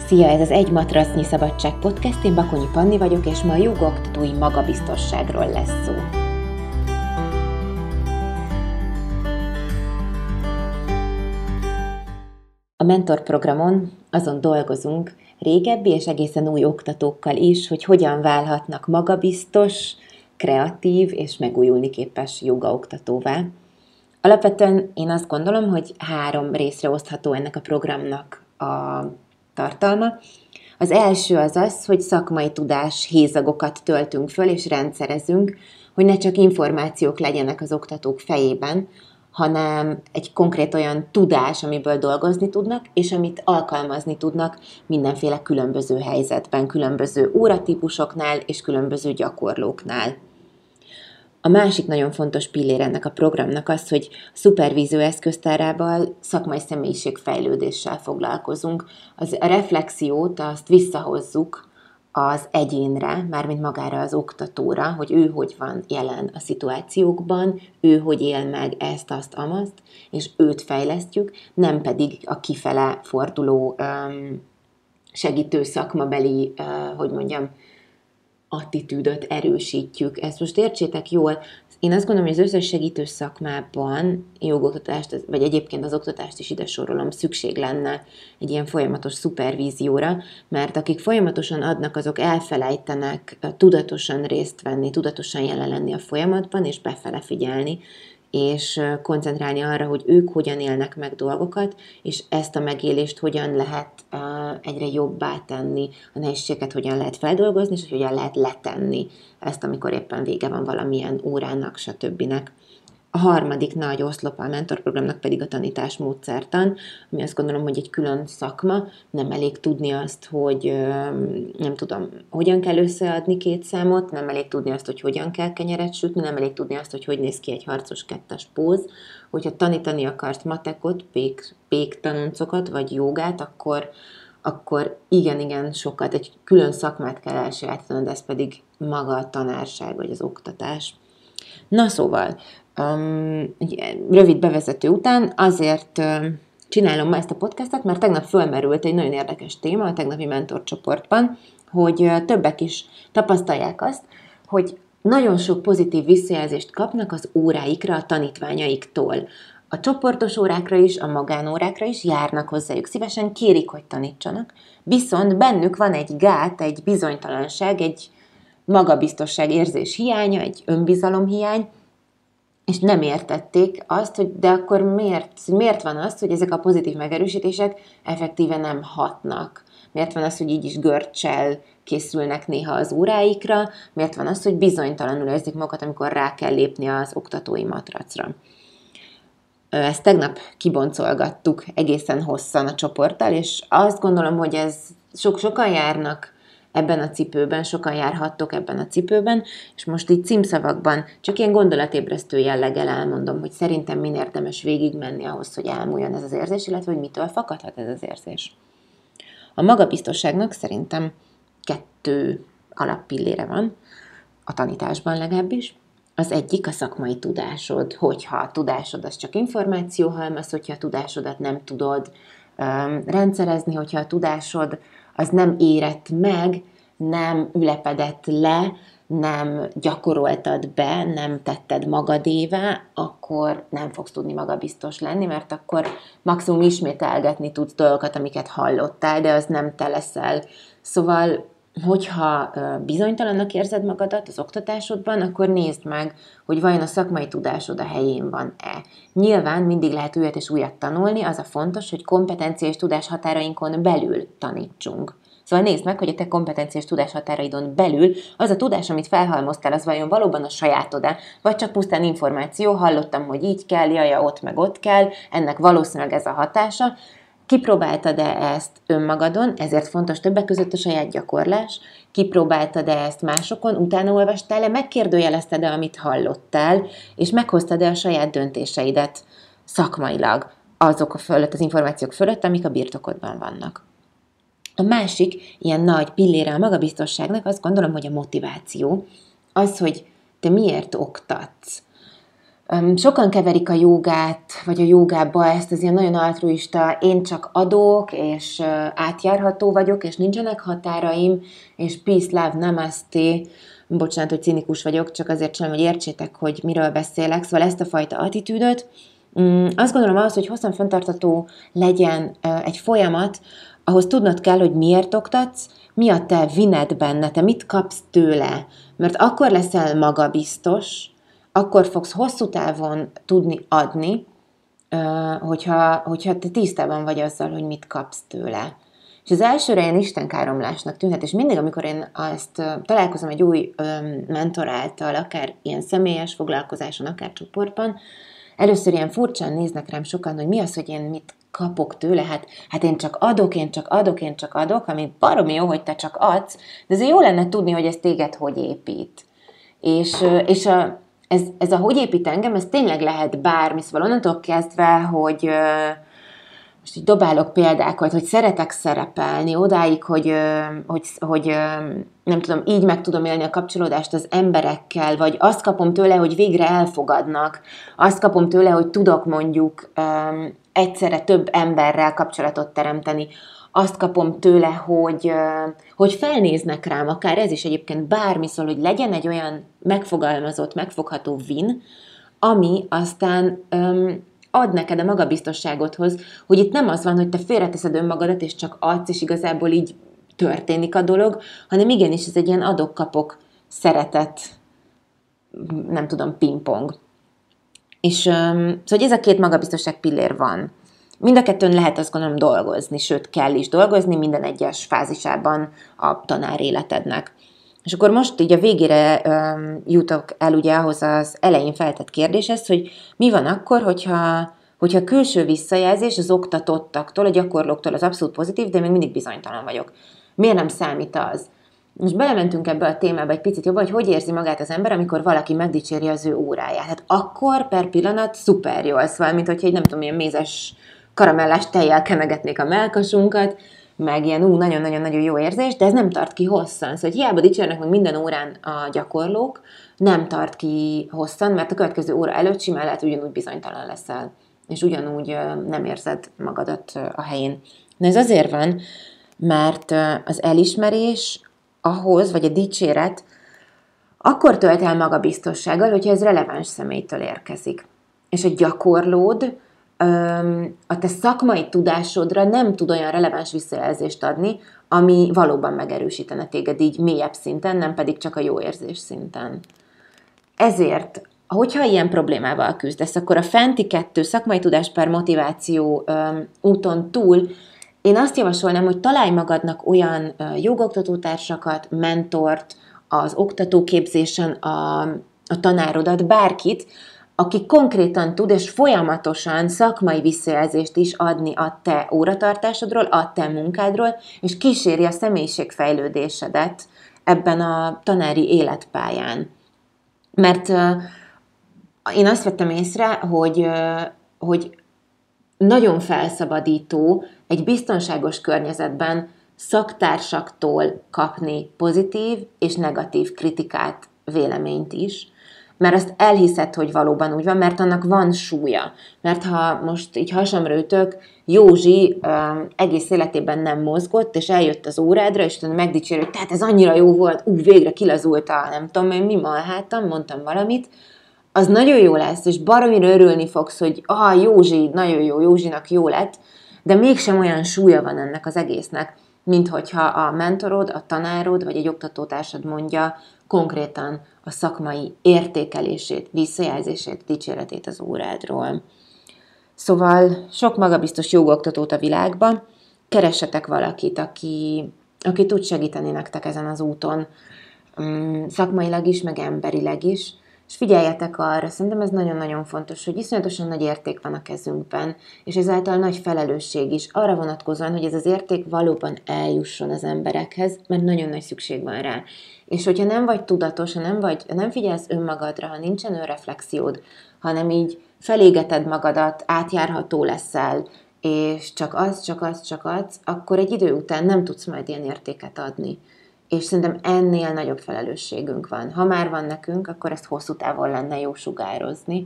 Szia, ez az Egy Matrasznyi Szabadság Podcast, én Bakonyi Panni vagyok, és ma a jogoktatói magabiztosságról lesz szó. A mentor programon azon dolgozunk régebbi és egészen új oktatókkal is, hogy hogyan válhatnak magabiztos, kreatív és megújulni képes jogaoktatóvá. Alapvetően én azt gondolom, hogy 3 részre osztható ennek a programnak a tartalma. Az első az, hogy szakmai tudás hézagokat töltünk föl és rendszerezünk, hogy ne csak információk legyenek az oktatók fejében, hanem egy konkrét olyan tudás, amiből dolgozni tudnak, és amit alkalmazni tudnak mindenféle különböző helyzetben, különböző óratípusoknál és különböző gyakorlóknál. A másik nagyon fontos pillér ennek a programnak az, hogy a szupervízió eszköztárával szakmai személyiségfejlődéssel foglalkozunk. A reflexiót azt visszahozzuk az egyénre, mármint magára az oktatóra, hogy ő hogy van jelen a szituációkban, ő hogy él meg ezt, azt, amazt, és őt fejlesztjük, nem pedig a kifele forduló segítő szakmabeli, attitűdöt erősítjük. Ezt most értsétek jól, én azt gondolom, hogy az összes segítő szakmában jogoktatást, vagy egyébként az oktatást is ide sorolom, szükség lenne egy ilyen folyamatos szupervízióra, mert akik folyamatosan adnak, azok elfelejtenek tudatosan részt venni, tudatosan jelen lenni a folyamatban, és befele figyelni, és koncentrálni arra, hogy ők hogyan élnek meg dolgokat, és ezt a megélést hogyan lehet egyre jobbá tenni, a nehézségeket hogyan lehet feldolgozni, és hogyan lehet letenni ezt, amikor éppen vége van valamilyen órának, stb. A harmadik nagy oszlopa a mentorprogramnak pedig a tanításmódszertan, ami azt gondolom, hogy egy külön szakma, nem elég tudni azt, hogy hogyan kell összeadni 2 számot, nem elég tudni azt, hogy hogyan kell kenyeret sütni, nem elég tudni azt, hogy néz ki egy harcos 2-es póz. Hogyha tanítani akarsz matekot, péktanoncokat vagy jogát, akkor igen sokat, egy külön szakmát kell elsajátítanod, ez pedig maga a tanárság vagy az oktatás. Na szóval, egy rövid bevezető után azért csinálom ma ezt a podcastot, mert tegnap fölmerült egy nagyon érdekes téma a tegnapi mentorcsoportban, hogy többek is tapasztalják azt, hogy nagyon sok pozitív visszajelzést kapnak az óráikra a tanítványaiktól. A csoportos órákra is, a magánórákra is járnak hozzájuk szívesen, kérik, hogy tanítsanak, viszont bennük van egy gát, egy bizonytalanság, egy magabiztosság érzés hiánya, egy önbizalomhiány, és nem értették azt, hogy de akkor miért van az, hogy ezek a pozitív megerősítések effektíven nem hatnak? Miért van az, hogy így is görccsel készülnek néha az óráikra? Miért van az, hogy bizonytalanul érzik magukat, amikor rá kell lépni az oktatói matracra? Ezt tegnap kiboncolgattuk egészen hosszan a csoporttal, és azt gondolom, hogy ez sokan járnak ebben a cipőben, sokan járhattok ebben a cipőben, és most így címszavakban csak ilyen gondolatébresztő jelleggel elmondom, hogy szerintem min érdemes végigmenni ahhoz, hogy elmúljon ez az érzés, illetve hogy mitől fakadhat ez az érzés. A magabiztosságnak szerintem 2 alappillére van, a tanításban legalábbis. Az egyik a szakmai tudásod, hogyha a tudásod az csak információhalmaz, hogyha a tudásodat nem tudod rendszerezni, hogyha a tudásod az nem érett meg, nem ülepedett le, nem gyakoroltad be, nem tetted magadévá, akkor nem fogsz tudni magabiztos lenni, mert akkor maximum ismételgetni tudsz dolgokat, amiket hallottál, de az nem te leszel. Szóval, hogyha bizonytalannak érzed magadat az oktatásodban, akkor nézd meg, hogy vajon a szakmai tudásod a helyén van-e. Nyilván mindig lehet újat és újat tanulni, az a fontos, hogy kompetencia és tudás határainkon belül tanítsunk. Szóval nézd meg, hogy a te kompetencia és tudás határaidon belül az a tudás, amit felhalmoztál, az vajon valóban a sajátod-e, vagy csak pusztán információ, hallottam, hogy így kell, jaja, ott meg ott kell, ennek valószínűleg ez a hatása. Kipróbáltad-e ezt önmagadon, ezért fontos többek között a saját gyakorlás, kipróbáltad-e ezt másokon, utána olvastál-e, megkérdőjelezted-e, amit hallottál, és meghoztad-e a saját döntéseidet szakmailag azok fölött, az információk fölött, amik a birtokodban vannak. A másik ilyen nagy pillére a magabiztosságnak azt gondolom, hogy a motiváció. Az, hogy te miért oktatsz. Sokan keverik a jogát, vagy a jogába ezt az ilyen nagyon altruista, én csak adok, és átjárható vagyok, és nincsenek határaim, és peace, love, namaste, bocsánat, hogy cinikus vagyok, csak azért sem, hogy értsétek, hogy miről beszélek, szóval ezt a fajta attitűdöt. Azt gondolom ahhoz, hogy hosszan fenntartható legyen egy folyamat, ahhoz tudnod kell, hogy miért oktatsz, mi a te vined benne, te mit kapsz tőle, mert akkor leszel magabiztos, akkor fogsz hosszú távon tudni adni, hogyha te tisztában vagy azzal, hogy mit kapsz tőle. És az elsőre ilyen istenkáromlásnak tűnhet, és mindig, amikor én ezt találkozom egy új mentor által, akár ilyen személyes foglalkozáson, akár csoportban, először ilyen furcsán néznek rám sokan, hogy mi az, hogy én mit kapok tőle, hát én csak adok, ami baromi jó, hogy te csak adsz, de azért jó lenne tudni, hogy ez téged hogy épít. És ez a hogy épít engem, ez tényleg lehet bármi, szóval onnantól kezdve, hogy most így dobálok példákat, hogy szeretek szerepelni, odáig, hogy nem tudom, így meg tudom élni a kapcsolódást az emberekkel, vagy azt kapom tőle, hogy végre elfogadnak, azt kapom tőle, hogy tudok mondjuk egyszerre több emberrel kapcsolatot teremteni, azt kapom tőle, hogy felnéznek rám, akár ez is egyébként bármi szól, hogy legyen egy olyan megfogalmazott, megfogható win, ami aztán ad neked a magabiztosságodhoz, hogy itt nem az van, hogy te félreteszed önmagadat, és csak adsz, és igazából így történik a dolog, hanem igenis ez egy ilyen adok-kapok szeretet, nem tudom, pingpong. És szóval ez a két magabiztosság pillér van. Mind a kettőn lehet azt gondolom dolgozni, sőt kell is dolgozni minden egyes fázisában a tanár életednek. És akkor most így a végére jutok el ugye ahhoz az elején feltett kérdéshez, hogy mi van akkor, hogyha külső visszajelzés az oktatottaktól, a gyakorlóktól az abszolút pozitív, de még mindig bizonytalan vagyok. Miért nem számít az? Most belementünk ebbe a témába egy picit jobban, hogy érzi magát az ember, amikor valaki megdicséri az ő óráját. Hát akkor per pillanat szuper jól, szóval, mint hogyha egy nem tudom, ilyen mézes karamellás tejjel kenegetnék a mellkasunkat, meg ilyen nagyon-nagyon-nagyon jó érzés, de ez nem tart ki hosszan. Szóval hiába dicsérnek meg minden órán a gyakorlók, nem tart ki hosszan, mert a következő óra előtt simán lehet, ugyanúgy bizonytalan leszel, és ugyanúgy nem érzed magadat a helyén. Na ez azért van, mert az elismerés ahhoz, vagy a dicséret akkor tölt el magabiztossággal, hogyha ez releváns személytől érkezik. És a gyakorlód a te szakmai tudásodra nem tud olyan releváns visszajelzést adni, ami valóban megerősítene téged így mélyebb szinten, nem pedig csak a jó érzés szinten. Ezért, hogyha ilyen problémával küzdesz, akkor a fenti kettő szakmai tudás per motiváció úton túl én azt javasolnám, hogy találj magadnak olyan jogoktatótársakat, mentort, az oktatóképzésen a tanárodat, bárkit, aki konkrétan tud és folyamatosan szakmai visszajelzést is adni a te óratartásodról, a te munkádról, és kíséri a személyiségfejlődésedet ebben a tanári életpályán. Mert én azt vettem észre, hogy nagyon felszabadító egy biztonságos környezetben szaktársaktól kapni pozitív és negatív kritikát, véleményt is, mert azt elhiszed, hogy valóban úgy van, mert annak van súlya. Mert ha most így hasamra ütök, Józsi egész életében nem mozgott, és eljött az órádra, és utána megdicsér, hogy tehát ez annyira jó volt, végre kilazult a nem tudom én mi malhátam, mondtam valamit, az nagyon jó lesz, és baromira örülni fogsz, hogy Józsi, nagyon jó, Józsinak jó lett, de mégsem olyan súlya van ennek az egésznek, mint hogyha a mentorod, a tanárod, vagy egy oktatótársad mondja konkrétan a szakmai értékelését, visszajelzését, dicséretét az órádról. Szóval sok magabiztos jogoktatót a világban, keressetek valakit, aki tud segíteni nektek ezen az úton, szakmailag is, meg emberileg is, és figyeljetek arra, szerintem ez nagyon-nagyon fontos, hogy iszonyatosan nagy érték van a kezünkben, és ezáltal nagy felelősség is arra vonatkozóan, hogy ez az érték valóban eljusson az emberekhez, mert nagyon nagy szükség van rá. És hogyha nem vagy tudatos, ha nem figyelsz önmagadra, ha nincsen önreflexiód, hanem így felégeted magadat, átjárható leszel, és csak adsz, akkor egy idő után nem tudsz majd ilyen értéket adni. És szerintem ennél nagyobb felelősségünk van. Ha már van nekünk, akkor ezt hosszú távon lenne jó sugározni,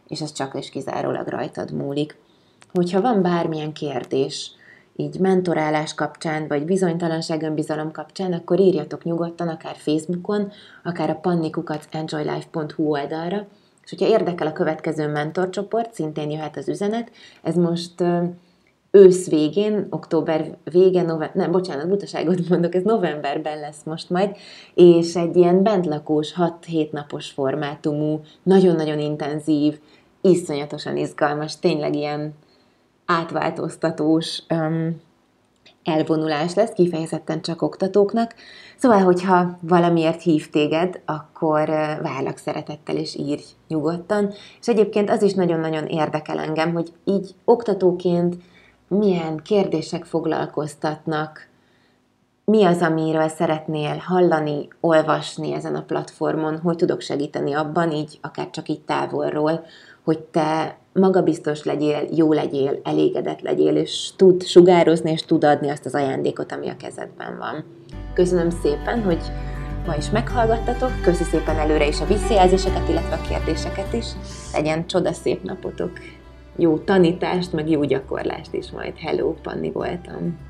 és ez csak és kizárólag rajtad múlik. Hogyha van bármilyen kérdés, így mentorálás kapcsán, vagy bizonytalanság, önbizalom kapcsán, akkor írjatok nyugodtan, akár Facebookon, akár a pannikukac.enjoylife.hu oldalra, és hogyha érdekel a következő mentorcsoport, szintén jöhet az üzenet. Ez most ősz végén, október vége, butaságot mondok, ez novemberben lesz most majd, és egy ilyen bentlakós, 6-7 napos formátumú, nagyon-nagyon intenzív, iszonyatosan izgalmas, tényleg ilyen átváltoztatós elvonulás lesz, kifejezetten csak oktatóknak. Szóval, hogyha valamiért hív téged, akkor várlak szeretettel, és írj nyugodtan. És egyébként az is nagyon-nagyon érdekel engem, hogy így oktatóként milyen kérdések foglalkoztatnak, mi az, amiről szeretnél hallani, olvasni ezen a platformon, hogy tudok segíteni abban, így akár csak így távolról, hogy te magabiztos legyél, jó legyél, elégedett legyél, és tud sugározni, és tud adni azt az ajándékot, ami a kezedben van. Köszönöm szépen, hogy ma is meghallgattatok, köszi szépen előre is a visszajelzéseket, illetve a kérdéseket is. Legyen csodaszép napotok, jó tanítást, meg jó gyakorlást is majd. Hello, Panni voltam.